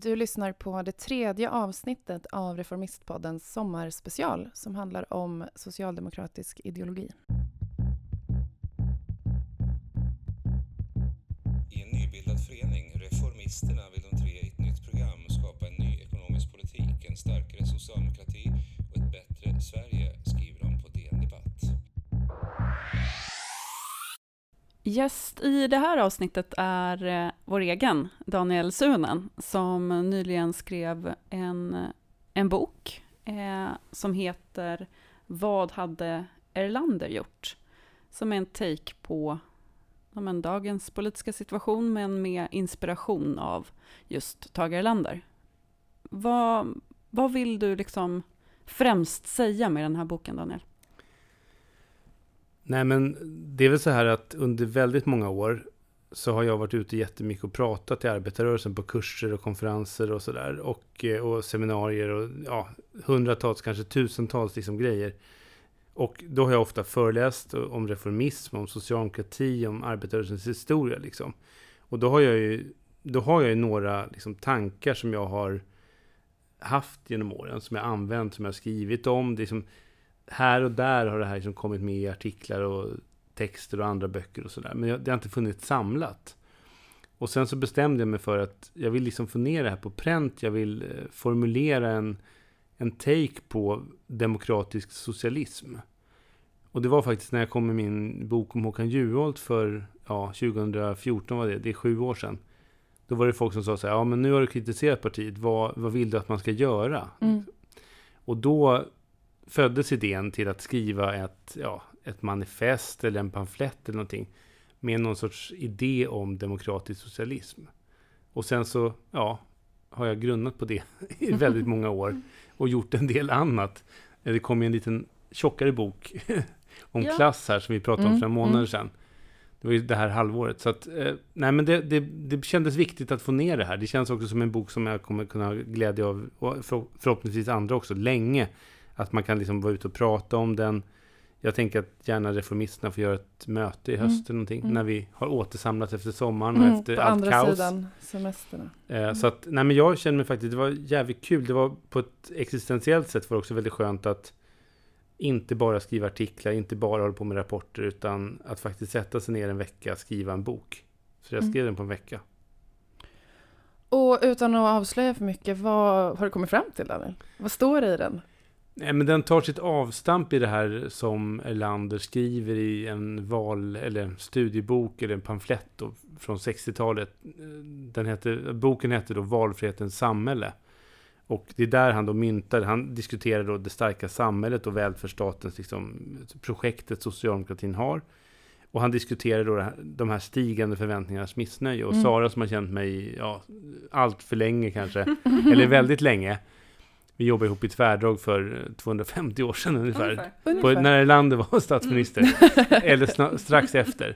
Du lyssnar på det 3:e avsnittet av Reformistpoddens sommarspecial som handlar om socialdemokratisk ideologi. I en nybildad förening, Reformisterna, vill de tre i ett nytt program skapa en ny ekonomisk politik, en starkare socialdemokrati och ett bättre Sverige, skriver de på DN Debatt. Gäst i det här avsnittet är vår egen Daniel Suhonen som nyligen skrev en bok som heter Vad hade Erlander gjort? Som är en take på dagens politiska situation men med inspiration av just Tage Erlander. Vad vill du liksom främst säga med den här boken, Daniel? Nej, men det är väl så här att under väldigt många år så har jag varit ute jättemycket och pratat i arbetarrörelsen på kurser och konferenser och sådär och seminarier och hundratals, kanske tusentals liksom grejer. Och då har jag ofta föreläst om reformism, om socialdemokrati, om arbetarrörelsens historia liksom. Och då har jag ju några liksom tankar som jag har haft genom åren, som jag använt, som jag har skrivit om. Det är som, här och där har det här liksom kommit med i artiklar och texter och andra böcker och sådär. Men det har inte funnits samlat. Och sen så bestämde jag mig för att jag vill liksom få ner det här på pränt. Jag vill formulera en take på demokratisk socialism. Och det var faktiskt när jag kom med min bok om Håkan Juholt för 2014 var det är 7 år sedan. Då var det folk som sa så här, men nu har du kritiserat partiet, vad vill du att man ska göra? Och då föddes idén till att skriva ett manifest eller en pamflett eller någonting med någon sorts idé om demokratisk socialism. Och sen så har jag grunnat på det i väldigt många år och gjort en del annat. Det kom en liten tjockare bok om klass här som vi pratade om för en månad sedan. Det var ju det här halvåret. Så att, men det kändes viktigt att få ner det här. Det känns också som en bok som jag kommer kunna ha glädje av, och förhoppningsvis andra också, länge. Att man kan liksom vara ute och prata om den. Jag tänker att gärna reformisterna får göra ett möte i höst eller någonting. När vi har återsamlats efter sommaren och efter allt kaos. På andra sidan semesterna. Så att, men jag känner mig faktiskt, det var jävligt kul. Det var på ett existentiellt sätt var det också väldigt skönt att inte bara skriva artiklar, inte bara hålla på med rapporter, utan att faktiskt sätta sig ner en vecka och skriva en bok. Så jag skrev den på en vecka. Och utan att avslöja för mycket, vad har du kommit fram till, Daniel? Vad står det i den? Nej, men den tar sitt avstamp i det här som Erlander skriver i en eller studiebok eller en pamflett då, från 60-talet. Boken heter då Valfrihetens samhälle. Och det är där han då han diskuterar då det starka samhället och välfärdsstatens liksom, projektet socialdemokratin har. Och han diskuterar då de här stigande förväntningarnas missnöje. Och Sara som har känt mig allt för länge kanske, eller väldigt länge. Vi jobbade ihop i Tvärdrag för 250 år sedan ungefär. När Erlander var statsminister. Eller strax efter.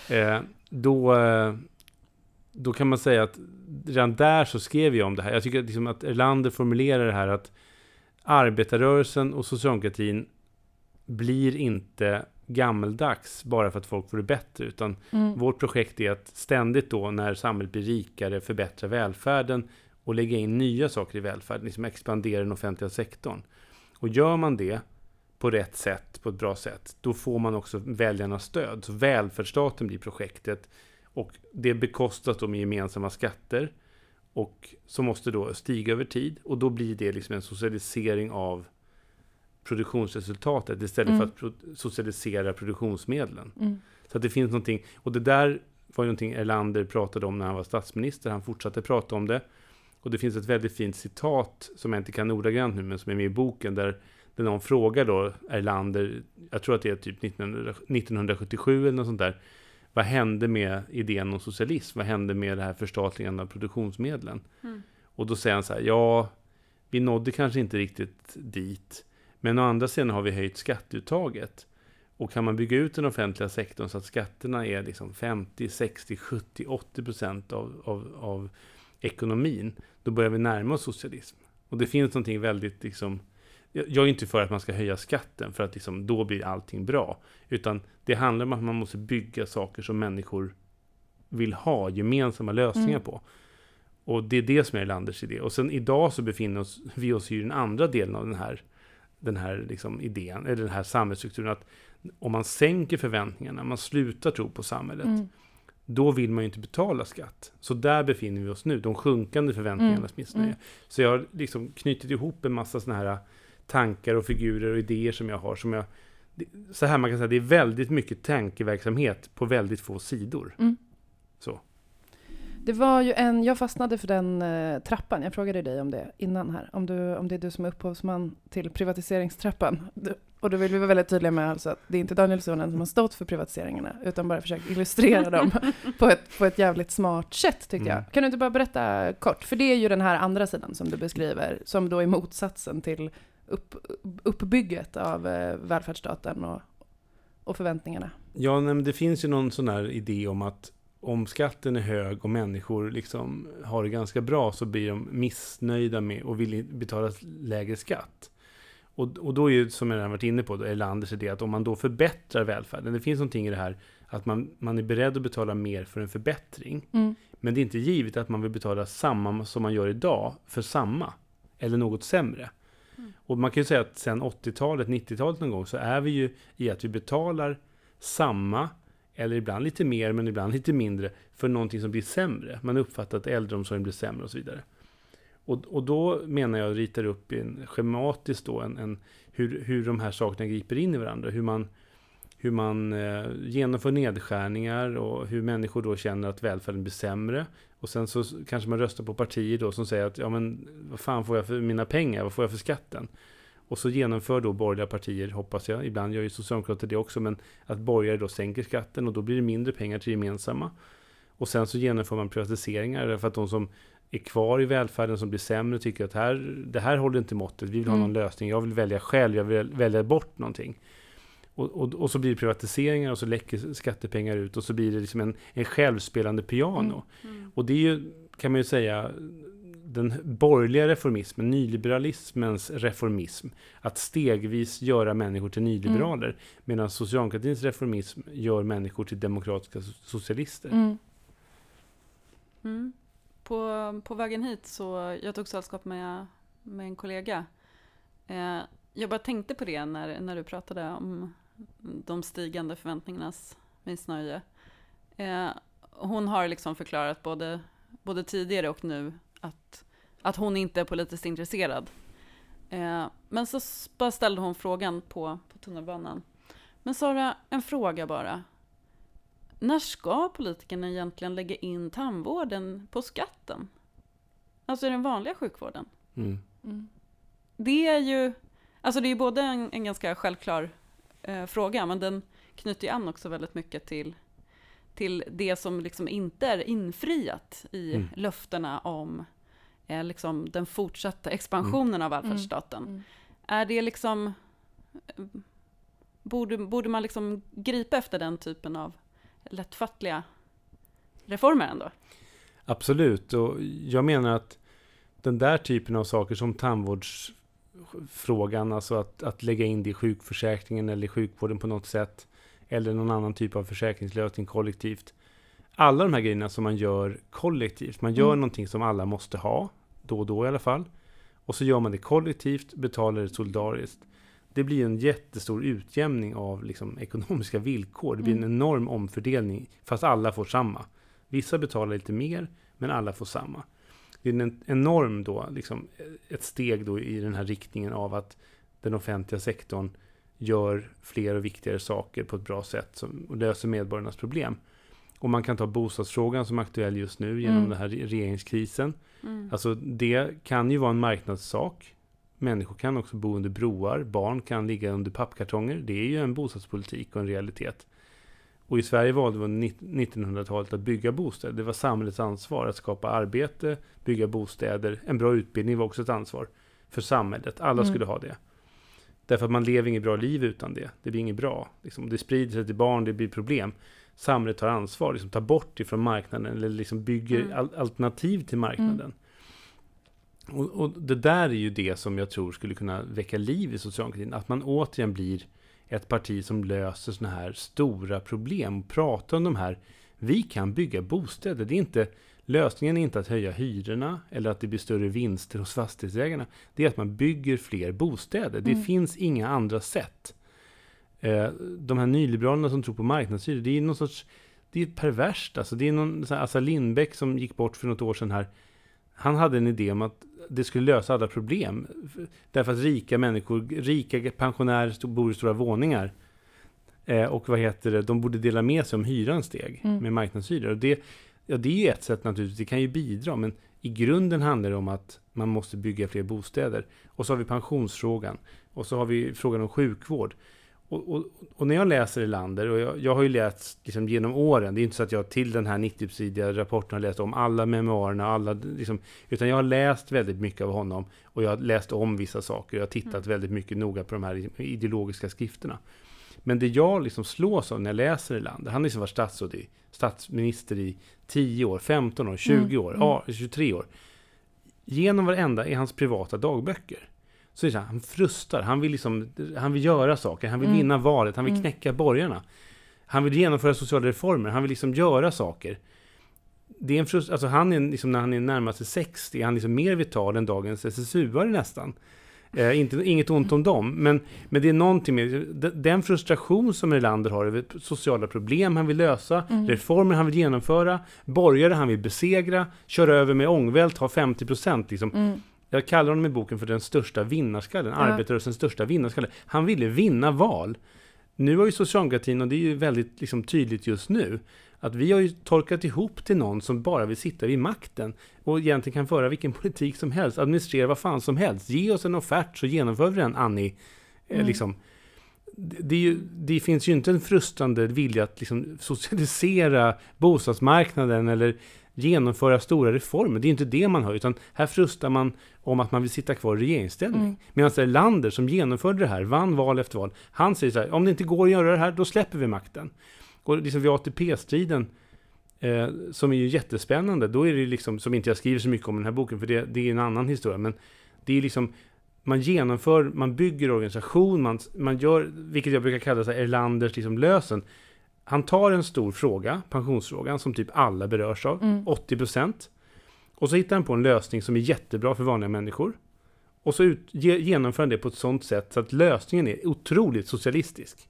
Då kan man säga att redan där så skrev jag om det här. Jag tycker liksom att Erlander formulerar det här att arbetarrörelsen och socialdemokratin blir inte gammeldags bara för att folk får det bättre, utan vårt projekt är att ständigt då när samhället blir rikare förbättra välfärden och lägga in nya saker i välfärden, liksom expandera den offentliga sektorn. Och gör man det på rätt sätt, på ett bra sätt, då får man också väljarnas stöd. Så välfärdsstaten blir projektet. Och det bekostas då med gemensamma skatter och som måste då stiga över tid. Och då blir det liksom en socialisering av produktionsresultatet istället för att socialisera produktionsmedlen. Så att det finns någonting, och det där var ju någonting Erlander pratade om när han var statsminister. Han fortsatte prata om det. Och det finns ett väldigt fint citat som jag inte kan ordagrant nu, men som är med i boken där någon frågar då Erlander, jag tror att det är typ 1977 eller något sånt där. Vad hände med idén om socialism? Vad hände med det här förstatligandet av produktionsmedlen? Och då säger han så här, vi nådde kanske inte riktigt dit. Men å andra sidan har vi höjt skatteuttaget. Och kan man bygga ut den offentliga sektorn så att skatterna är liksom 50, 60, 70, 80% av ekonomin, då börjar vi närma oss socialism. Och det finns någonting väldigt liksom, jag är inte för att man ska höja skatten för att liksom, då blir allting bra. Utan det handlar om att man måste bygga saker som människor vill ha gemensamma lösningar på. Och det är det som är Erlanders idé. Och sen idag så befinner vi oss i den andra delen av den här liksom idén, eller den här samhällsstrukturen, att om man sänker förväntningarna, man slutar tro på samhället, då vill man ju inte betala skatt. Så där befinner vi oss nu, de sjunkande förväntningarnas missnöje. Så jag har liksom knutit ihop en massa såna här tankar och figurer och idéer som jag har, så här man kan säga, det är väldigt mycket tankeverksamhet på väldigt få sidor. Så. Det var ju jag fastnade för den trappan. Jag frågade dig om det innan här. Om det är du som är upphovsman till privatiseringstrappan. Och då vill vi vara väldigt tydliga med alltså att det är inte Daniel Suhonen som har stått för privatiseringarna, utan bara försökt illustrera dem på ett jävligt smart sätt, tycker jag. Kan du inte bara berätta kort? För det är ju den här andra sidan som du beskriver, som då är motsatsen till uppbygget av välfärdsstaten och förväntningarna. Ja, men det finns ju någon sån här idé om att om skatten är hög och människor liksom har det ganska bra, så blir de missnöjda med och vill betala lägre skatt. Och då är ju, som jag redan varit inne på, då, Erlanders idé att om man då förbättrar välfärden, det finns någonting i det här att man är beredd att betala mer för en förbättring, men det är inte givet att man vill betala samma som man gör idag för samma, eller något sämre. Och man kan ju säga att sen 80-talet, 90-talet någon gång, så är vi ju i att vi betalar samma, eller ibland lite mer, men ibland lite mindre, för någonting som blir sämre. Man uppfattar att äldreomsorgen blir sämre och så vidare. Och då menar jag, ritar upp schematiskt då hur de här sakerna griper in i varandra. Hur man genomför nedskärningar och hur människor då känner att välfärden blir sämre. Och sen så kanske man röstar på partier då som säger att ja, men vad fan får jag för mina pengar? Vad får jag för skatten? Och så genomför då borgerliga partier, hoppas jag, ibland gör ju socialdemokrater det också, men att borgare då sänker skatten och då blir det mindre pengar till gemensamma. Och sen så genomför man privatiseringar därför att de som är kvar i välfärden som blir sämre tycker att det här håller inte måttet, vi vill ha någon lösning, jag vill välja själv, jag vill välja bort någonting. Och så blir det privatiseringar och så läcker skattepengar ut och så blir det liksom en självspelande piano. Och det är ju, kan man ju säga, den borgerliga reformismen, nyliberalismens reformism, att stegvis göra människor till nyliberaler, medan socialdemokratins reformism gör människor till demokratiska socialister. På vägen hit så jag tog sällskap med en kollega. Jag bara tänkte på det när du pratade om de stigande förväntningarnas missnöje. Hon har liksom förklarat både tidigare och nu att hon inte är politiskt intresserad. Men så bara ställde hon frågan på tunnelbanan. Men Sara, en fråga bara. När ska politikerna egentligen lägga in tandvården på skatten? Alltså i den vanliga sjukvården. Det är ju, alltså det är både en ganska självklar fråga, men den knyter ju an också väldigt mycket till det som liksom inte är infriat i löftena om liksom den fortsatta expansionen av välfärdsstaten. Är det liksom, borde man liksom gripa efter den typen av lättfattliga reformer ändå? Absolut, och jag menar att den där typen av saker som tandvårdsfrågan, alltså att lägga in det i sjukförsäkringen eller i sjukvården på något sätt, eller någon annan typ av försäkringslösning kollektivt. Alla de här grejerna som man gör kollektivt, man gör någonting som alla måste ha, då och då i alla fall, och så gör man det kollektivt, betalar det solidariskt. Det blir en jättestor utjämning av liksom ekonomiska villkor. Det blir en enorm omfördelning, fast alla får samma. Vissa betalar lite mer, men alla får samma. Det är en enorm då, liksom, ett steg då i den här riktningen av att den offentliga sektorn gör fler och viktigare saker på ett bra sätt och löser medborgarnas problem. Och man kan ta bostadsfrågan som är aktuell just nu genom den här regeringskrisen. Alltså det kan ju vara en marknadssak. Människor kan också bo under broar. Barn kan ligga under pappkartonger. Det är ju en bostadspolitik och en realitet. Och i Sverige valde vi under 1900-talet att bygga bostäder. Det var samhällets ansvar att skapa arbete, bygga bostäder. En bra utbildning var också ett ansvar för samhället. Alla skulle ha det. Därför att man lever inget bra liv utan det. Det blir inget bra. Liksom, det sprider sig till barn, det blir problem. Samhället tar ansvar, liksom, tar bort ifrån marknaden eller liksom bygger alternativ till marknaden. Och det där är ju det som jag tror skulle kunna väcka liv i socialdemokratin. Att man återigen blir ett parti som löser såna här stora problem. Pratar om de här, vi kan bygga bostäder. Det är inte lösningen är inte att höja hyrorna eller att det blir större vinster hos fastighetsägarna. Det är att man bygger fler bostäder. Det finns inga andra sätt. De här nyliberalerna som tror på marknadshyror, det är någon sorts, det är perverst. Alltså det är någon, Assar Lindbeck som gick bort för något år sedan här. Han hade en idé om att det skulle lösa alla problem. Därför att rika pensionärer bor i stora våningar. Och de borde dela med sig om hyran steg med marknadshyror. Och det är ju ett sätt naturligtvis, det kan ju bidra, men i grunden handlar det om att man måste bygga fler bostäder. Och så har vi pensionsfrågan. Och så har vi frågan om sjukvård. Och när jag läser Erlander, och jag har ju läst liksom genom åren, det är inte så att jag till den här 90-sidiga rapporten har läst om alla memoarerna, utan jag har läst väldigt mycket av honom, och jag har läst om vissa saker, jag har tittat väldigt mycket noga på de här ideologiska skrifterna. Men det jag liksom slås av när jag läser Erlander, han har liksom varit statsminister i 10 år, 15 år, 20 år, 23 år. Genom varenda i hans privata dagböcker så är det så här, han frustar, han vill göra saker, han vill vinna valet, han vill knäcka borgarna. Han vill genomföra sociala reformer, han vill liksom göra saker. Det är alltså han är liksom, när han är närmast 60, är han liksom mer vital än dagens SSU-are nästan. Inget ont om dem, men det är någonting med den frustration som Erlander har över sociala problem han vill lösa, reformer han vill genomföra, borgare han vill besegra, köra över med ångvält, ha 50% liksom. Jag kallar honom i boken för den största vinnarskallen, arbetarrörelsens största vinnarskalle. Han ville vinna val. Nu har ju socialdemokratin, och det är ju väldigt liksom tydligt just nu, att vi har ju tolkat ihop till någon som bara vill sitta vid makten och egentligen kan föra vilken politik som helst, administrera vad fan som helst. Ge oss en offert så genomför vi den, Annie. Liksom. Det finns ju inte en frustrande vilja att liksom socialisera bostadsmarknaden eller genomföra stora reformer. Det är inte det man hör, utan här frustar man om att man vill sitta kvar i regeringsställning. Medan Erlander som genomförde det här, vann val efter val, han säger så här, om det inte går att göra det här, då släpper vi makten. Och liksom vid ATP-striden som är ju jättespännande, då är det liksom, som inte jag skriver så mycket om i den här boken, för det är en annan historia, men det är liksom, man bygger organisation, man gör, vilket jag brukar kalla så här Erlanders liksom lösen. Han tar en stor fråga, pensionsfrågan, som typ alla berörs av, 80%, och så hittar han på en lösning som är jättebra för vanliga människor, och så genomför han det på ett sånt sätt så att lösningen är otroligt socialistisk.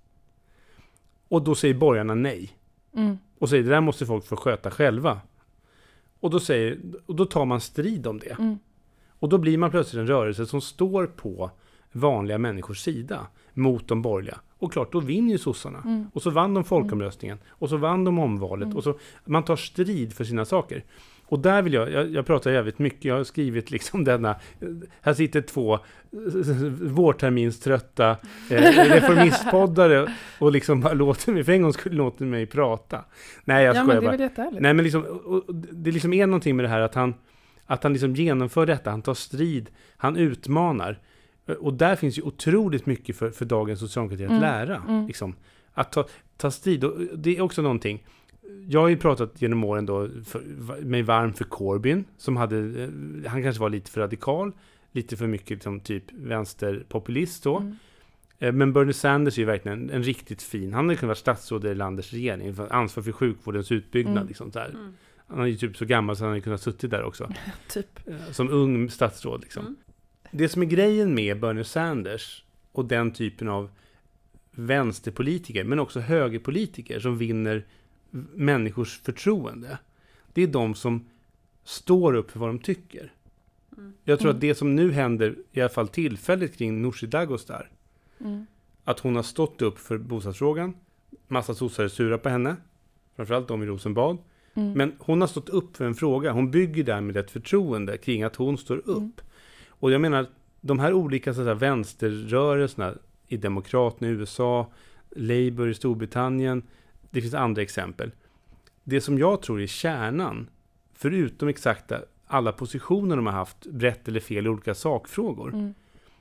Och då säger borgarna nej. Och säger, det där måste folk få sköta själva. Och då tar man strid om det. Och då blir man plötsligt en rörelse som står på vanliga människors sida mot de borgerliga. Och klart, då vinner ju sossarna. Och så vann de folkomröstningen. Och så vann de omvalet. Och så man tar strid för sina saker. Och där vill jag pratar jävligt mycket. Jag har skrivit liksom denna, här sitter 2 vårterminströtta reformistpoddare och liksom för en gång skulle låta mig prata. Nej, jag skojar bara. Nej, men liksom, det liksom är någonting med det här att han liksom genomför detta, han tar strid, han utmanar. Och där finns ju otroligt mycket för dagens socialdemokrati att lära. Liksom, att ta strid. Och det är också någonting. Jag har ju pratat genom åren då mig varm för Corbyn, som han kanske var lite för radikal, lite för mycket liksom, typ vänsterpopulist då. Men Bernie Sanders är ju verkligen en riktigt fin. Han har kunnat vara statsråd i landets regering, ansvar för sjukvårdens utbyggnad liksom där. Han är ju typ så gammal så han har kunnat suttit där också. Typ. Som ung statsråd liksom. Det som är grejen med Bernie Sanders och den typen av vänsterpolitiker, men också högerpolitiker som vinner människors förtroende, det är de som står upp för vad de tycker. Jag tror att det som nu händer, i alla fall tillfälligt kring Nooshi Dadgostar, att hon har stått upp för bostadsfrågan, massa sossar är sura på henne, framförallt de i Rosenbad, men hon har stått upp för en fråga, hon bygger därmed ett förtroende kring att hon står upp. Och jag menar, de här olika så här, vänsterrörelserna i Demokraterna i USA, Labour i Storbritannien, det finns andra exempel. Det som jag tror är kärnan, förutom exakta alla positioner de har haft, rätt eller fel i olika sakfrågor,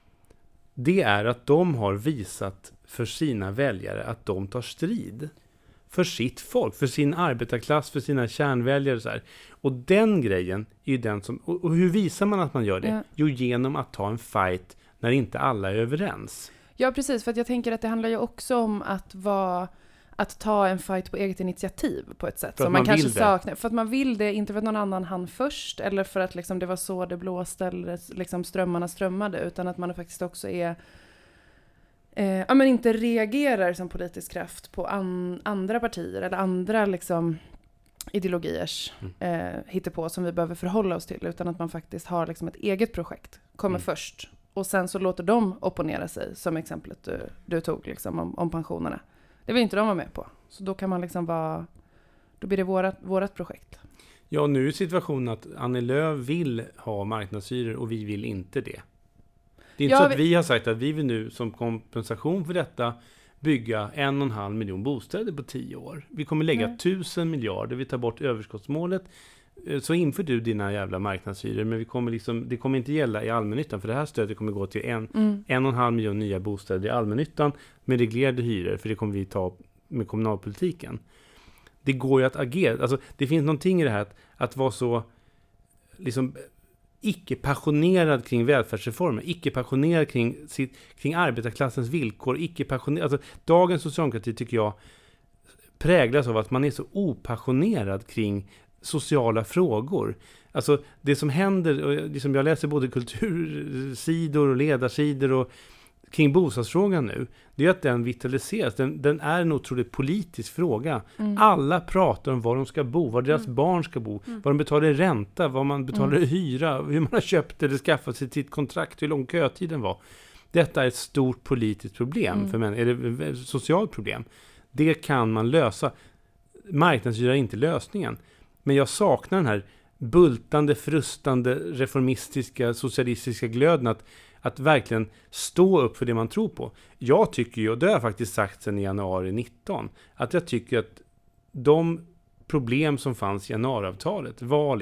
det är att de har visat för sina väljare att de tar strid för sitt folk, för sin arbetarklass, för sina kärnväljare. Så här. Och den grejen är ju den som... Och hur visar man att man gör det? Ja. Jo, genom att ta en fight när inte alla är överens. Ja, precis. För att jag tänker att det handlar ju också om att ta en fight på eget initiativ på ett sätt För att som man man kanske vill det. saknar. För att man vill det, inte för att någon annan hann först eller för att liksom det var så det blåste eller liksom strömmarna strömmade, utan att man faktiskt också är men inte reagerar som politisk kraft på andra partier eller andra liksom ideologiers hittepå som vi behöver förhålla oss till, utan att man faktiskt har liksom ett eget projekt, kommer först och sen så låter de opponera sig, som exemplet du tog liksom om pensionerna. Det vill inte de vara med på. Så då kan man liksom då blir det vårat projekt. Ja, nu är situationen att Annie Lööf vill ha marknadshyror och vi vill inte det. Det är inte så att vi har sagt att vi vill nu som kompensation för detta bygga 1,5 miljon bostäder på 10 år. Vi kommer lägga 1000 miljarder, vi tar bort överskottsmålet. Så inför du dina jävla marknadshyror, men det kommer inte gälla i allmännyttan, för det här stödet kommer gå till 1,5 miljon nya bostäder i allmännyttan med reglerade hyror, för det kommer vi ta med kommunalpolitiken. Det går ju att agera, alltså det finns någonting i det här att vara så liksom icke-passionerad kring välfärdsreformer, icke-passionerad kring arbetarklassens villkor, alltså dagens socialdemokrati tycker jag präglas av att man är så opassionerad kring sociala frågor. Alltså det som händer, och liksom jag läser både kultursidor och ledarsidor och kring bostadsfrågan nu, det är att den vitaliseras. Den är en otroligt politisk fråga. Alla pratar om var de ska bo, var deras barn ska bo, vad de betalar i ränta, vad man betalar i hyra, hur man har köpt eller skaffat sig till ett kontrakt, hur lång kötiden var. Detta är ett stort politiskt problem för människor, eller ett socialt problem. Det kan man lösa. Marknadshyra är inte lösningen. Men jag saknar den här bultande, frustande, reformistiska, socialistiska glöden att verkligen stå upp för det man tror på. Jag tycker ju, och det har jag faktiskt sagt sedan i januari 19, att jag tycker att de problem som fanns i januariavtalet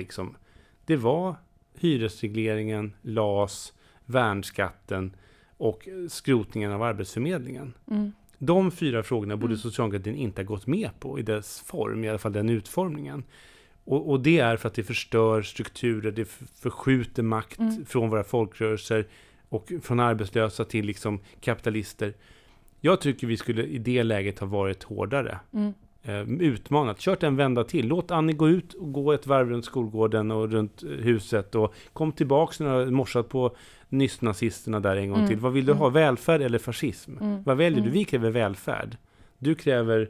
det var hyresregleringen, LAS, värnskatten och skrotningen av Arbetsförmedlingen. De 4 frågorna borde socialdemokratin inte ha gått med på i dess form, i alla fall den utformningen. Och det är för att det förstör strukturer, det förskjuter makt från våra folkrörelser och från arbetslösa till liksom kapitalister. Jag tycker vi skulle i det läget ha varit hårdare. Utmanat. Kört en vända till. Låt Annie gå ut och gå ett varv runt skolgården och runt huset och kom tillbaka när du morsat på nyss-nazisterna där en gång till. Vad vill du ha? Välfärd eller fascism? Vad väljer du? Vi kräver välfärd. Du kräver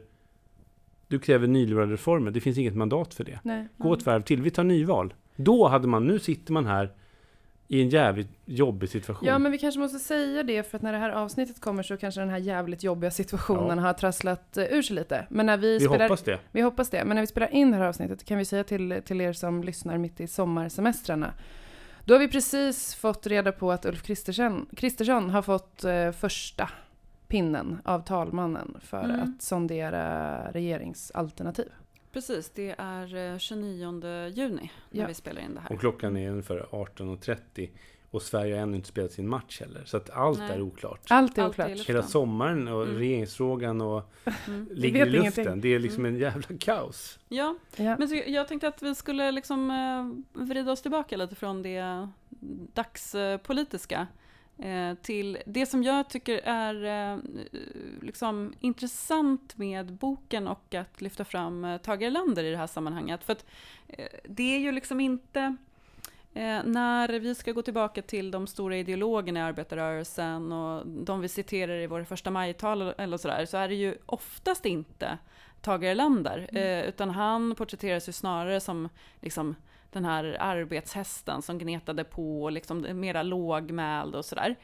nyliberala reformer. Det finns inget mandat för det. Nej. Gå ett varv till. Vi tar nyval. Nu sitter man här i en jävligt jobbig situation. Ja, men vi kanske måste säga det, för att när det här avsnittet kommer så kanske den här jävligt jobbiga situationen har trasslat ur sig lite. Men när vi hoppas det. Men när vi spelar in det här avsnittet kan vi säga till er som lyssnar mitt i sommarsemestrarna. Då har vi precis fått reda på att Ulf Kristersson har fått första pinnen av talmannen för att sondera regeringsalternativ. Precis, det är 29 juni när vi spelar in det här. Och klockan är ungefär 18.30 och Sverige har ännu inte spelat sin match heller. Så att allt är oklart. Allt är oklart. Hela sommaren och regeringsfrågan och ligger i luften. Ingenting. Det är liksom en jävla kaos. Ja. Men så jag tänkte att vi skulle liksom vrida oss tillbaka lite från det dagspolitiska till det som jag tycker är liksom intressant med boken och att lyfta fram Tage Erlander i det här sammanhanget. För att det är ju liksom inte när vi ska gå tillbaka till de stora ideologerna i arbetarrörelsen och de vi citerar i våra första majtal eller sådär, så är det ju oftast inte Tage Erlander utan han porträtteras ju snarare som liksom den här arbetshästen som gnetade på och liksom mera lågmäld och sådär.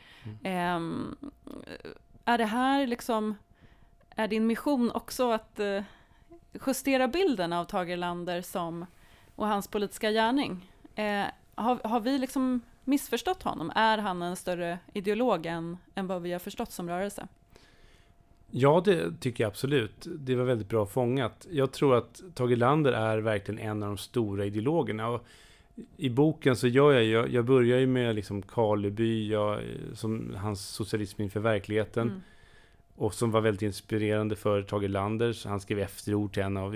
Är det här liksom, är din mission också att justera bilden av Tage Erlander och hans politiska gärning? Har vi liksom missförstått honom? Är han en större ideolog än vad vi har förstått som rörelse? Ja, det tycker jag absolut. Det var väldigt bra fångat. Jag tror att Tage Erlander är verkligen en av de stora ideologerna. Och i boken så jag börjar ju med liksom Karleby, som hans socialism inför verkligheten. Och som var väldigt inspirerande för Tage Erlander. Så han skrev efterord till en av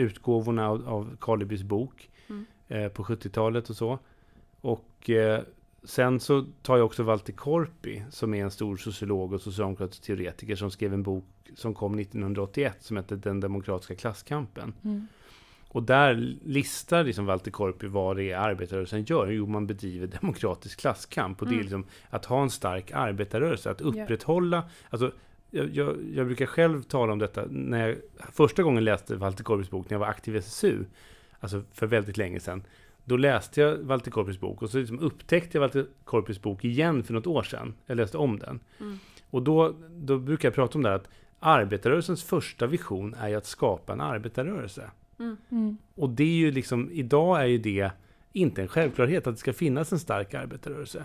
utgåvorna av Karlebys bok på 70-talet och så. Och sen så tar jag också Walter Korpi, som är en stor sociolog och socialdemokratisk teoretiker, som skrev en bok som kom 1981 som heter Den demokratiska klasskampen. Och där listar liksom Walter Korpi vad det är arbetarrörelsen gör. Jo, man bedriver demokratisk klasskamp. Och det är liksom att ha en stark arbetarrörelse, att upprätthålla... Alltså, jag brukar själv tala om detta när jag första gången läste Walter Korpis bok när jag var aktiv i SSU, alltså för väldigt länge sedan. Då läste jag Walter Korpis bok och så liksom upptäckte jag Walter Korpis bok igen för något år sedan. Jag läste om den. Och då brukar jag prata om det här att arbetarrörelsens första vision är ju att skapa en arbetarrörelse. Och det är ju liksom, idag är ju det inte en självklarhet att det ska finnas en stark arbetarrörelse.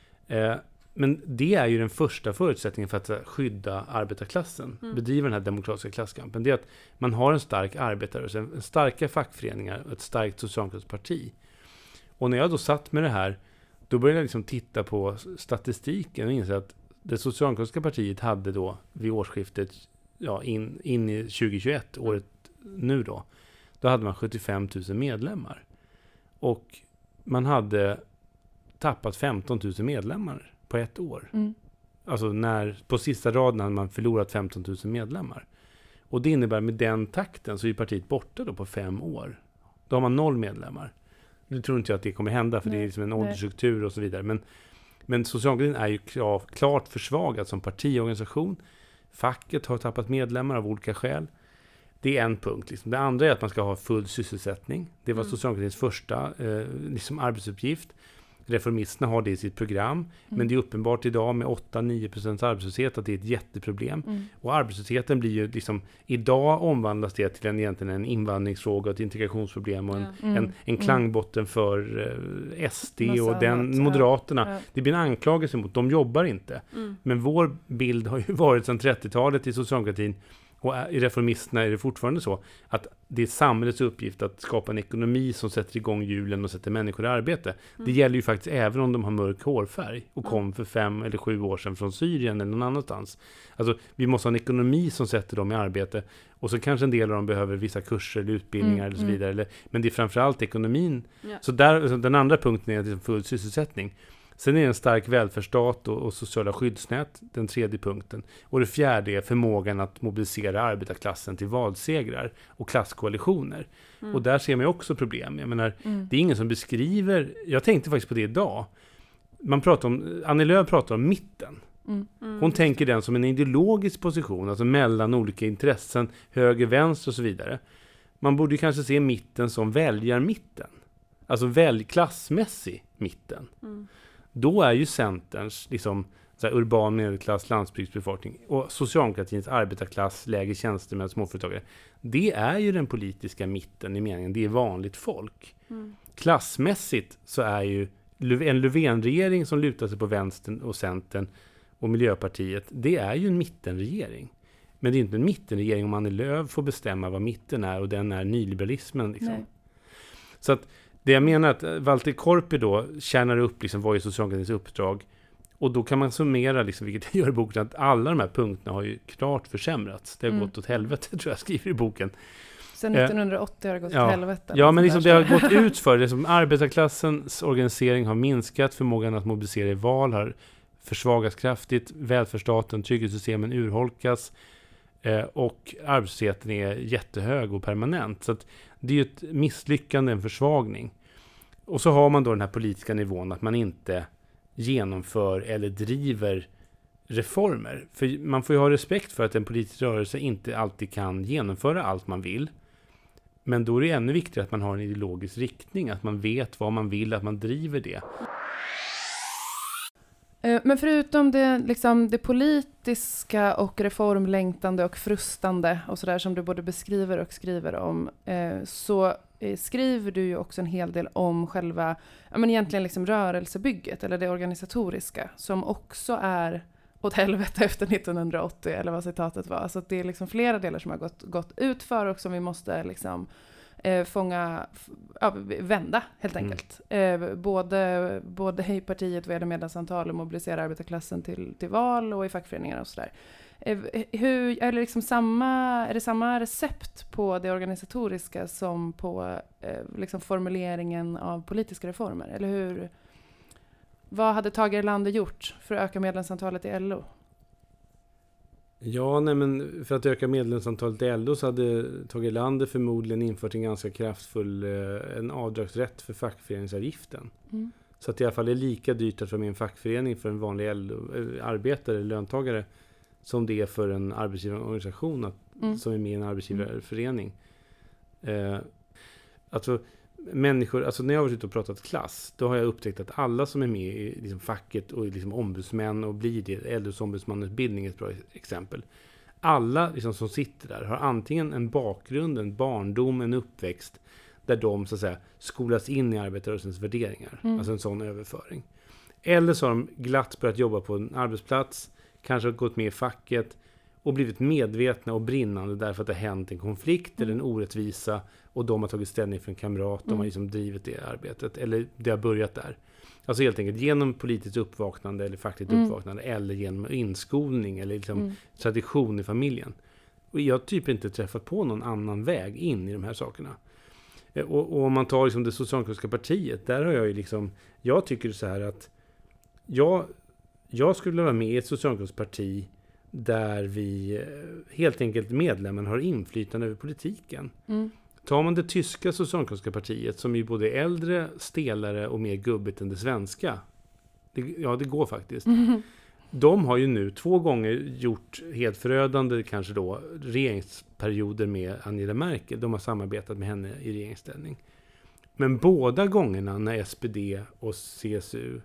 Men det är ju den första förutsättningen för att skydda arbetarklassen, bedriva den här demokratiska klasskampen. Det är att man har en stark arbetarrörelse, starka fackföreningar och ett starkt socialdemokratiskt parti. Och när jag då satt med det här, då började jag liksom titta på statistiken och inse att det socialdemokratiska partiet hade då vid årsskiftet, in i 2021, året nu då hade man 75 000 medlemmar. Och man hade tappat 15 000 medlemmar på ett år. Alltså på sista raden hade man förlorat 15 000 medlemmar. Och det innebär med den takten så är partiet borta då på 5 år. Då har man 0 medlemmar. Nu tror inte jag att det kommer hända för det är liksom en åldersstruktur och så vidare. Men socialdemokratin är ju klart försvagad som partiorganisation. Facket har tappat medlemmar av olika skäl. Det är en punkt. Liksom. Det andra är att man ska ha full sysselsättning. Det var socialdemokratins första arbetsuppgift. Reformisterna har det i sitt program. Men det är uppenbart idag med 8-9% arbetslöshet att det är ett jätteproblem. Och arbetslösheten blir ju liksom, idag omvandlas det till egentligen en invandringsfråga, ett integrationsproblem och en klangbotten för SD och Moderaterna. Det blir en anklagelse mot, de jobbar inte. Men vår bild har ju varit sedan 30-talet i socialdemokratin, och i reformisterna är det fortfarande så att det är samhällets uppgift att skapa en ekonomi som sätter igång hjulen och sätter människor i arbete. Det gäller ju faktiskt även om de har mörk hårfärg och kom för 5 eller 7 år sedan från Syrien eller någon annanstans. Alltså vi måste ha en ekonomi som sätter dem i arbete, och så kanske en del av dem behöver vissa kurser eller utbildningar eller så vidare. Men det är framförallt ekonomin. Så där, den andra punkten är liksom full sysselsättning. Sen är det en stark välfärdsstat och sociala skyddsnät, den tredje punkten. Och det fjärde är förmågan att mobilisera arbetarklassen till valsegrar och klasskoalitioner. Och där ser man också problem. Jag menar, det är ingen som beskriver... Jag tänkte faktiskt på det idag. Annie Lööf pratar om mitten. Hon tänker den som en ideologisk position, alltså mellan olika intressen, höger, vänster och så vidare. Man borde ju kanske se mitten som väljarmitten. Alltså klassmässig mitten. Då är ju Centerns liksom, så här, urban medelklass, landsbygdsbefolkning och socialdemokratins arbetarklass, lägre tjänstemän, småföretagare. Det är ju den politiska mitten i meningen. Det är vanligt folk. Klassmässigt så är ju en Löfven-regering som lutar sig på vänstern och Centern och Miljöpartiet, det är ju en mittenregering. Men det är inte en mittenregering om Annie Lööf får bestämma vad mitten är, och den är nyliberalismen. Liksom. Så att det jag menar att Walter Korpi då tjänar upp liksom vad är socialdemokratins uppdrag, och då kan man summera, liksom, vilket jag gör i boken, att alla de här punkterna har ju klart försämrats. Det har gått åt helvete, tror jag skriver i boken. Sen 1980 har det gått åt helvete. Ja, men liksom det har gått ut för det. Som arbetarklassens organisering har minskat, förmågan att mobilisera i val har försvagats kraftigt, välfärdsstaten, trygghetssystemen urholkas, och arbetslösheten är jättehög och permanent. Så att det är ju ett misslyckande, en försvagning. Och så har man då den här politiska nivån att man inte genomför eller driver reformer. För man får ju ha respekt för att en politisk rörelse inte alltid kan genomföra allt man vill. Men då är det ännu viktigare att man har en ideologisk riktning, att man vet vad man vill, att man driver det. Men förutom det politiska och reformlängtande och frustande och sådär som du både beskriver och skriver om, så skriver du ju också en hel del om själva, egentligen liksom rörelsebygget eller det organisatoriska, som också är åt helvete efter 1980, eller vad citatet var. Så att det är liksom flera delar som har gått ut för och som vi måste liksom vända helt enkelt. Både i partiet vad gäller medlemsantal och mobilisera arbetarklassen till val och i fackföreningar och sådär. Är det samma recept på det organisatoriska som på liksom formuleringen av politiska reformer? Eller hur? Vad hade Tage Erlander gjort för att öka medlemsantalet i LO? Ja, nej, men för att öka medlemsantalet i LO så hade Tage Erlander förmodligen infört en ganska kraftfull en avdragsrätt för fackföreningsavgiften. Så att det i alla fall är lika dyrt att vara med i en fackförening för en vanlig arbetare eller löntagare som det är för en arbetsgivarorganisation som är med i en arbetsgivarförening. Alltså människor, alltså när jag har varit ute och pratat klass, då har jag upptäckt att alla som är med i liksom facket och liksom ombudsmän och blir det, LOs ombudsmannautbildning är ett bra exempel. Alla liksom som sitter där har antingen en bakgrund, en barndom, en uppväxt där de så att säga skolas in i arbetarrörelsens värderingar. Alltså en sån överföring. Eller så har de glatt börjat jobba på en arbetsplats, kanske har gått med i facket och blivit medvetna och brinnande därför att det har hänt en konflikt eller en orättvisa och de har tagit ställning för en kamrat, de har liksom drivit det arbetet eller det har börjat där. Alltså helt enkelt genom politiskt uppvaknande eller fackligt uppvaknande eller genom inskolning eller liksom tradition i familjen. Och jag har typ inte träffat på någon annan väg in i de här sakerna. Och om man tar liksom det socialdemokratiska partiet, där har jag ju liksom, jag tycker så här att jag skulle vilja vara med i ett socialdemokratiskt parti där vi helt enkelt medlemmen har inflytande över politiken. Tar man det tyska socialdemokratiska partiet som är både äldre, stelare och mer gubbigt än det svenska. Det går faktiskt. De har ju nu 2 gånger gjort helt förödande kanske då regeringsperioder med Angela Merkel. De har samarbetat med henne i regeringsställning. Men båda gångerna när SPD och CSU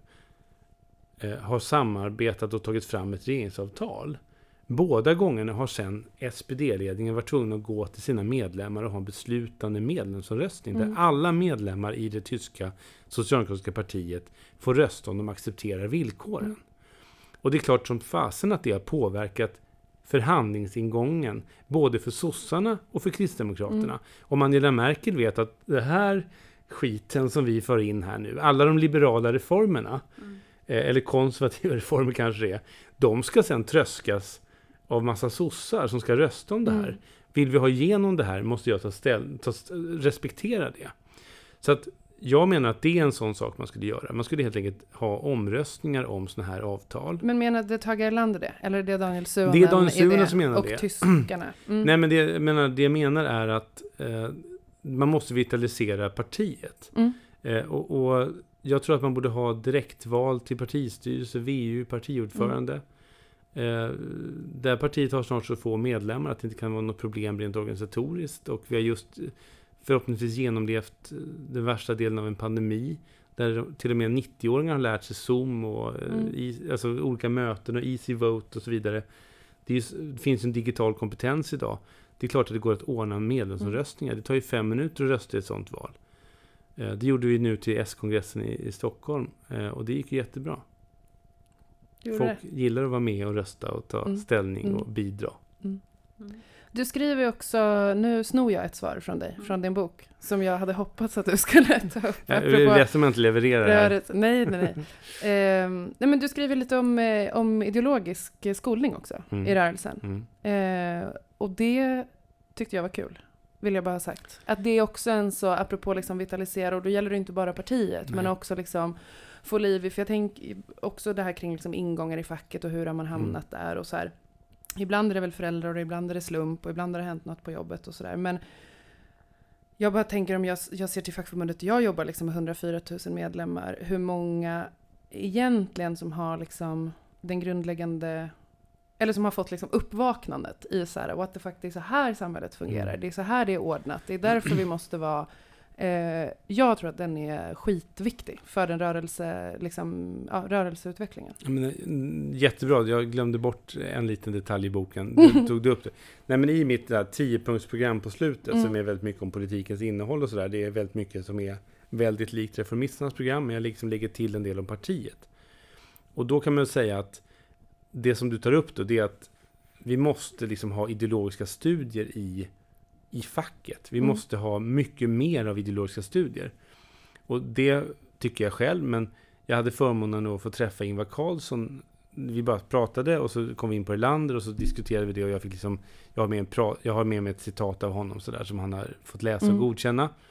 har samarbetat och tagit fram ett regeringsavtal, båda gångerna har sen SPD-ledningen varit tvungen att gå till sina medlemmar och ha en beslutande medlemsomröstning där alla medlemmar i det tyska socialdemokratiska partiet får rösta om de accepterar villkoren. Och det är klart som fasen att det har påverkat förhandlingsingången både för sossarna och för kristdemokraterna. Om Angela Merkel vet att det här skiten som vi för in här nu, alla de liberala reformerna eller konservativa reformer kanske det är, de ska sen tröskas av massa sossar som ska rösta om det här. Vill vi ha igenom det här måste jag respektera det. Så att jag menar att det är en sån sak man skulle göra. Man skulle helt enkelt ha omröstningar om såna här avtal. Men menar det Tage Erlander det? Eller är det Daniel Suhonen? Det är Daniel Suhonen som menar och det. Och tyskarna. Nej, men det jag menar är att man måste vitalisera partiet. Och jag tror att man borde ha direktval till partistyrelse, VU, partiordförande. Där partiet har snart så få medlemmar att det inte kan vara något problem rent organisatoriskt. Och vi har just förhoppningsvis genomlevt den värsta delen av en pandemi där till och med 90-åringar har lärt sig Zoom och alltså olika möten och Easy Vote och så vidare. Det finns en digital kompetens idag. Det är klart att det går att ordna medlemsomröstningar. Det tar ju 5 minuter att rösta i ett sånt val. Det gjorde vi nu till S-kongressen i Stockholm och det gick ju jättebra. Folk gillar att vara med och rösta och ta ställning och bidra. Du skriver också, nu snor jag ett svar från dig, från din bok, som jag hade hoppats att du skulle ta upp. Jag är ledsen om jag inte levererar här. Nej. Nej, men du skriver lite om ideologisk skolning också i rörelsen. Och det tyckte jag var kul, vill jag bara ha sagt. Att det är också en så, apropå liksom vitalisera, och då gäller det inte bara partiet, men också liksom få liv i, för jag tänker också det här kring liksom ingångar i facket och hur har man hamnat där och så här. Ibland är det väl föräldrar och ibland är det slump och ibland har det hänt något på jobbet och sådär. Men jag bara tänker om jag ser till fackförbundet, jag jobbar liksom med 104 000 medlemmar. Hur många egentligen som har liksom den grundläggande, eller som har fått liksom uppvaknandet i så här, what the fuck, det är så här samhället fungerar. Det är så här det är ordnat. Det är därför vi måste vara, jag tror att den är skitviktig för den rörelseutvecklingen. Jättebra, jag glömde bort en liten detalj i boken. Du tog upp det. Nej, men i mitt 10-punktsprogram på slutet som är väldigt mycket om politikens innehåll och sådär, det är väldigt mycket som är väldigt likt reformisternas program, men jag liksom lägger till en del om partiet. Och då kan man säga att det som du tar upp då, det är att vi måste liksom ha ideologiska studier i facket. Vi måste ha mycket mer av ideologiska studier. Och det tycker jag själv, men jag hade förmånen att få träffa Ingvar Carlsson. Vi bara pratade och så kom vi in på Erlander och så diskuterade vi det och jag fick liksom, jag har med mig ett citat av honom så där, som han har fått läsa och godkänna.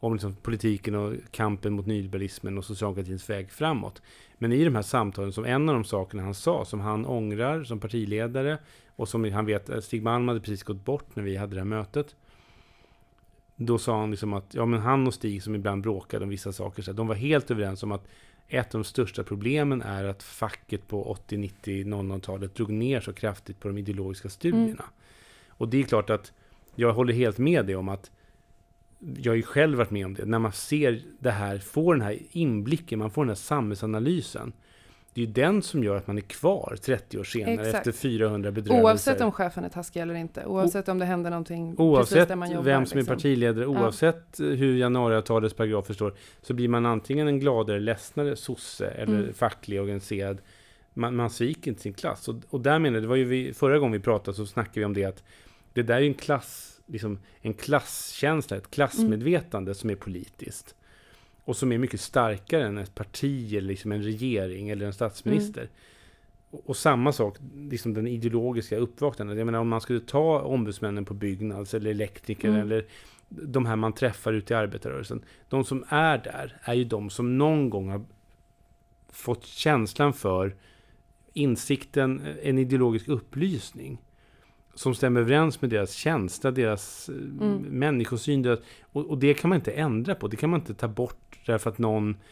om liksom politiken och kampen mot nyliberalismen och socialdemokratins väg framåt. Men i de här samtalen, som en av de sakerna han sa, som han ångrar som partiledare, och som han vet, Stig Malm hade precis gått bort när vi hade det här mötet. Då sa han liksom att men han och Stig, som ibland bråkade om vissa saker, så de var helt överens om att ett av de största problemen är att facket på 80, 90, 00-talet drog ner så kraftigt på de ideologiska studierna. Och det är klart att jag håller helt med dig om att jag har ju själv varit med om det. När man ser det här, får den här inblicken, man får den här samhällsanalysen. Det är ju den som gör att man är kvar 30 år senare efter 400 bedrövelser. Oavsett om chefen är taskig eller inte. Oavsett om det händer någonting precis där man jobbar. Vem som är partiledare, oavsett hur januariavtalets paragrafer står, så blir man antingen en gladare, ledsnare sosse eller facklig organiserad. Man sviker inte sin klass. Och där menar det var ju förra gången vi pratade så snackade vi om det, att det där är ju en klass, liksom en klasskänsla, ett klassmedvetande som är politiskt. Och som är mycket starkare än ett parti eller liksom en regering eller en statsminister. Och samma sak, liksom den ideologiska uppvaknandet. Jag menar, om man skulle ta ombudsmännen på Byggnads eller elektriker eller de här man träffar ute i arbetarrörelsen. De som är där är ju de som någon gång har fått känslan för insikten, en ideologisk upplysning som stämmer överens med deras känsla, deras människosyn. Och det kan man inte ändra på. Det kan man inte ta bort därför att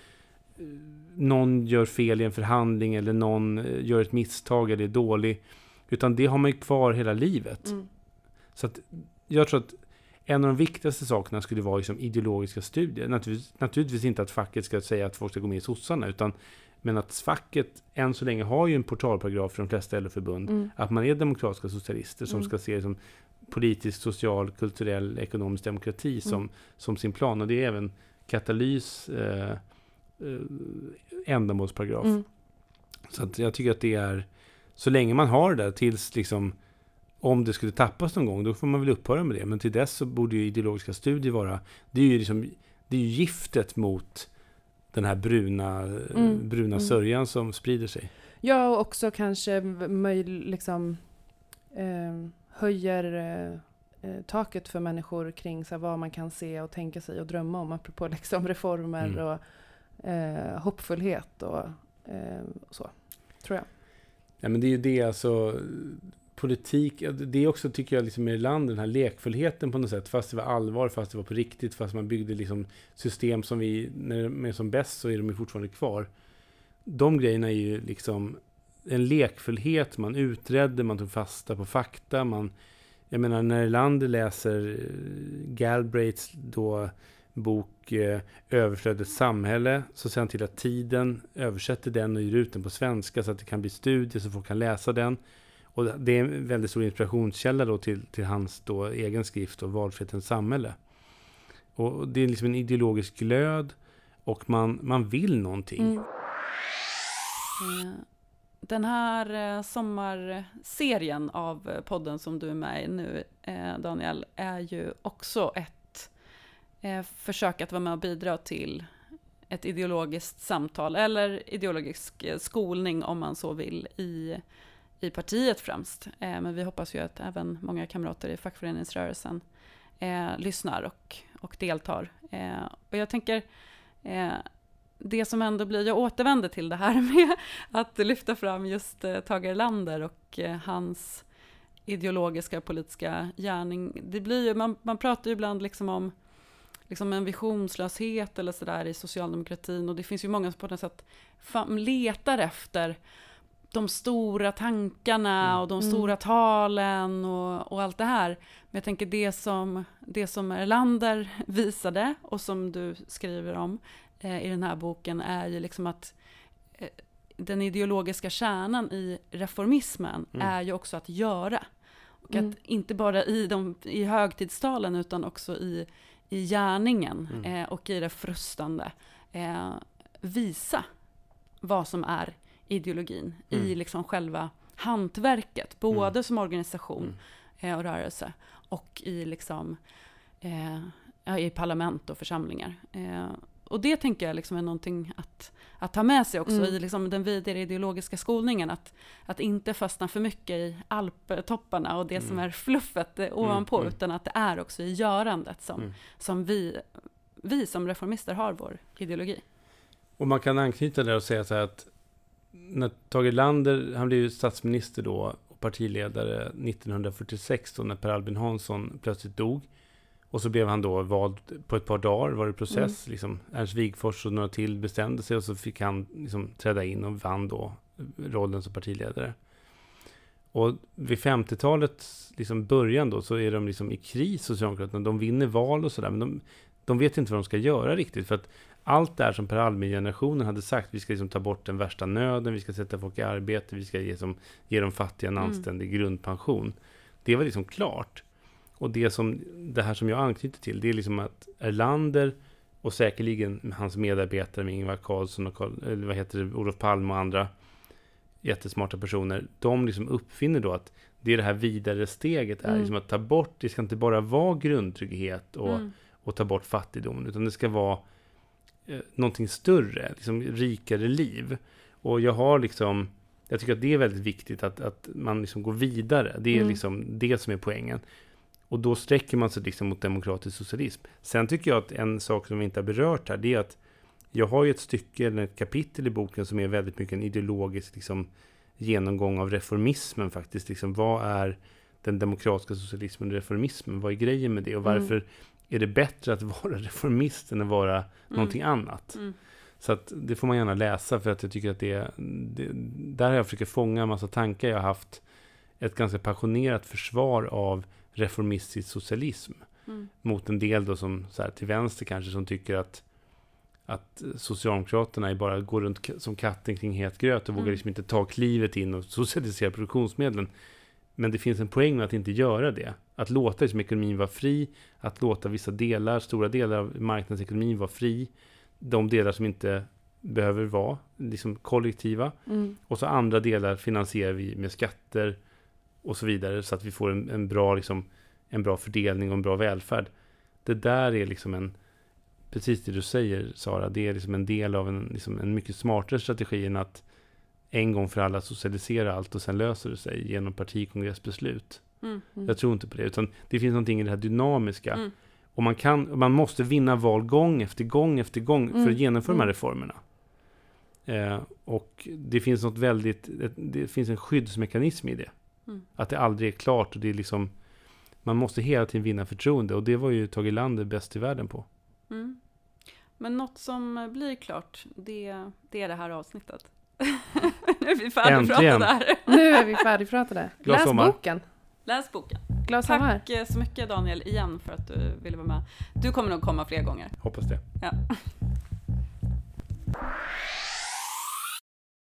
någon gör fel i en förhandling eller någon gör ett misstag eller är dålig. Utan det har man ju kvar hela livet. Så att jag tror att en av de viktigaste sakerna skulle vara liksom ideologiska studier. Naturligtvis inte att facket ska säga att folk ska gå med i sossarna, men att facket än så länge har ju en portalparagraf för de flesta LO-förbund att man är demokratiska socialister som ska se som politisk, social, kulturell, ekonomisk demokrati som sin plan. Och det är även Katalys ändamålsparagraf. Så att jag tycker att det är, så länge man har det där tills liksom, om det skulle tappas någon gång, då får man väl upphöra med det. Men till dess så borde ju ideologiska studier vara, det är ju giftet mot den här bruna sörjan som sprider sig. Ja, och också kanske höjer taket för människor kring så här, vad man kan se och tänka sig och drömma om, apropå liksom reformer och hoppfullhet och så, tror jag. Ja, men det är ju det, alltså politik, det är också, tycker jag, liksom i landet, den här lekfullheten på något sätt, fast det var allvar, fast det var på riktigt, fast man byggde liksom system som vi, när de är som bäst så är de ju fortfarande kvar. De grejerna är ju liksom en lekfullhet, man utredde, man tog fasta på fakta, jag menar, när Erlander läser Galbraiths då bok Överflödets samhälle, så ser han till att Tiden översätter den och ger ut den på svenska så att det kan bli studier så folk kan läsa den. Och det är en väldigt stor inspirationskälla då till hans då egen skrift och Valfrihetens samhälle. Och det är liksom en ideologisk glöd och man vill någonting. Den här sommarserien av podden som du är med i nu, Daniel, är ju också ett försök att vara med och bidra till ett ideologiskt samtal eller ideologisk skolning, om man så vill, i partiet främst. Men vi hoppas ju att även många kamrater i fackföreningsrörelsen lyssnar och deltar. Och jag tänker, det som ändå blir, jag återvänder till det här med att lyfta fram just Tage Erlander och hans ideologiska politiska gärning. Det blir ju, man pratar ju ibland liksom om liksom en visionslöshet eller sådär i socialdemokratin, och det finns ju många som på något sätt letar efter de stora tankarna och de stora talen och allt det här. Men jag tänker det som Erlander visade och som du skriver om i den här boken är ju liksom att den ideologiska kärnan i reformismen är ju också att göra. Och att inte bara i högtidstalen utan också i gärningen och i det frustande visa vad som är ideologin i liksom själva hantverket, både som organisation och rörelse och i liksom i parlament och församlingar. Och det tänker jag liksom är någonting att ta med sig också i liksom den vidare ideologiska skolningen, att inte fastna för mycket i alptopparna och det som är fluffet ovanpå, utan att det är också i görandet som vi vi som reformister har vår ideologi. Och man kan anknyta där och säga så här att när Tage Erlander, han blev ju statsminister då och partiledare 1946 då när Per Albin Hansson plötsligt dog. Och så blev han då vald på ett par dagar, var det process. Liksom, Ernst Wigforss och några till bestämde sig och så fick han liksom träda in och vann då rollen som partiledare. Och vid 50-talets liksom början då så är de liksom i kris, Socialdemokraterna. De vinner val och sådär, men de vet inte vad de ska göra riktigt. För att allt det här som Per Albin-generationen hade sagt, vi ska liksom ta bort den värsta nöden, vi ska sätta folk i arbete, vi ska ge de fattiga en anständig grundpension. Det var liksom klart. Och det här som jag anknyter till, det är liksom att Erlander och säkerligen hans medarbetare med Ingvar Carlsson och Olof Palme och andra jättesmarta personer, de liksom uppfinner då att det är det här vidare steget är liksom att ta bort, det ska inte bara vara grundtrygghet och ta bort fattigdom, utan det ska vara någonting större, liksom rikare liv. Och jag tycker att det är väldigt viktigt att man liksom går vidare. Det är liksom det som är poängen. Och då sträcker man sig liksom mot demokratisk socialism. Sen tycker jag att en sak som vi inte har berört här, det är att jag har ju ett stycke eller ett kapitel i boken som är väldigt mycket en ideologisk liksom, genomgång av reformismen faktiskt. Liksom, vad är den demokratiska socialismen och reformismen? Vad är grejen med det? Och varför är det bättre att vara reformist än att vara någonting annat? Så att det får man gärna läsa, för att jag tycker att där har jag försökt fånga en massa tankar. Jag har haft ett ganska passionerat försvar av reformistisk socialism mot en del då som så här, till vänster kanske, som tycker att Socialdemokraterna är bara går runt som katten kring het gröt och vågar liksom inte ta klivet in och socialisera produktionsmedlen. Men det finns en poäng med att inte göra det. Att låta liksom ekonomin vara fri, att låta stora delar av marknadsekonomin vara fri, de delar som inte behöver vara liksom kollektiva. Och så andra delar finansierar vi med skatter och så vidare, så att vi får en bra fördelning och en bra välfärd. Det där är liksom precis det du säger, Sara, det är liksom en del av en mycket smartare strategi än att en gång för alla socialisera allt och sen löser det sig genom partikongressbeslut. Jag tror inte på det, utan det finns någonting i det här dynamiska. Och man måste vinna val gång efter gång för att genomföra de här reformerna. Och det finns det finns en skyddsmekanism i det. Att det aldrig är klart, och det är liksom, man måste hela tiden vinna förtroende, och det var ju Tage Erlander bäst i världen på. Men något som blir klart, det är det här avsnittet. Nu är vi färdigpratade här. Nu är vi färdigpratade. Läs boken. Läs boken. Tack så mycket, Daniel, igen för att du ville vara med. Du kommer nog komma fler gånger. Hoppas det. Ja.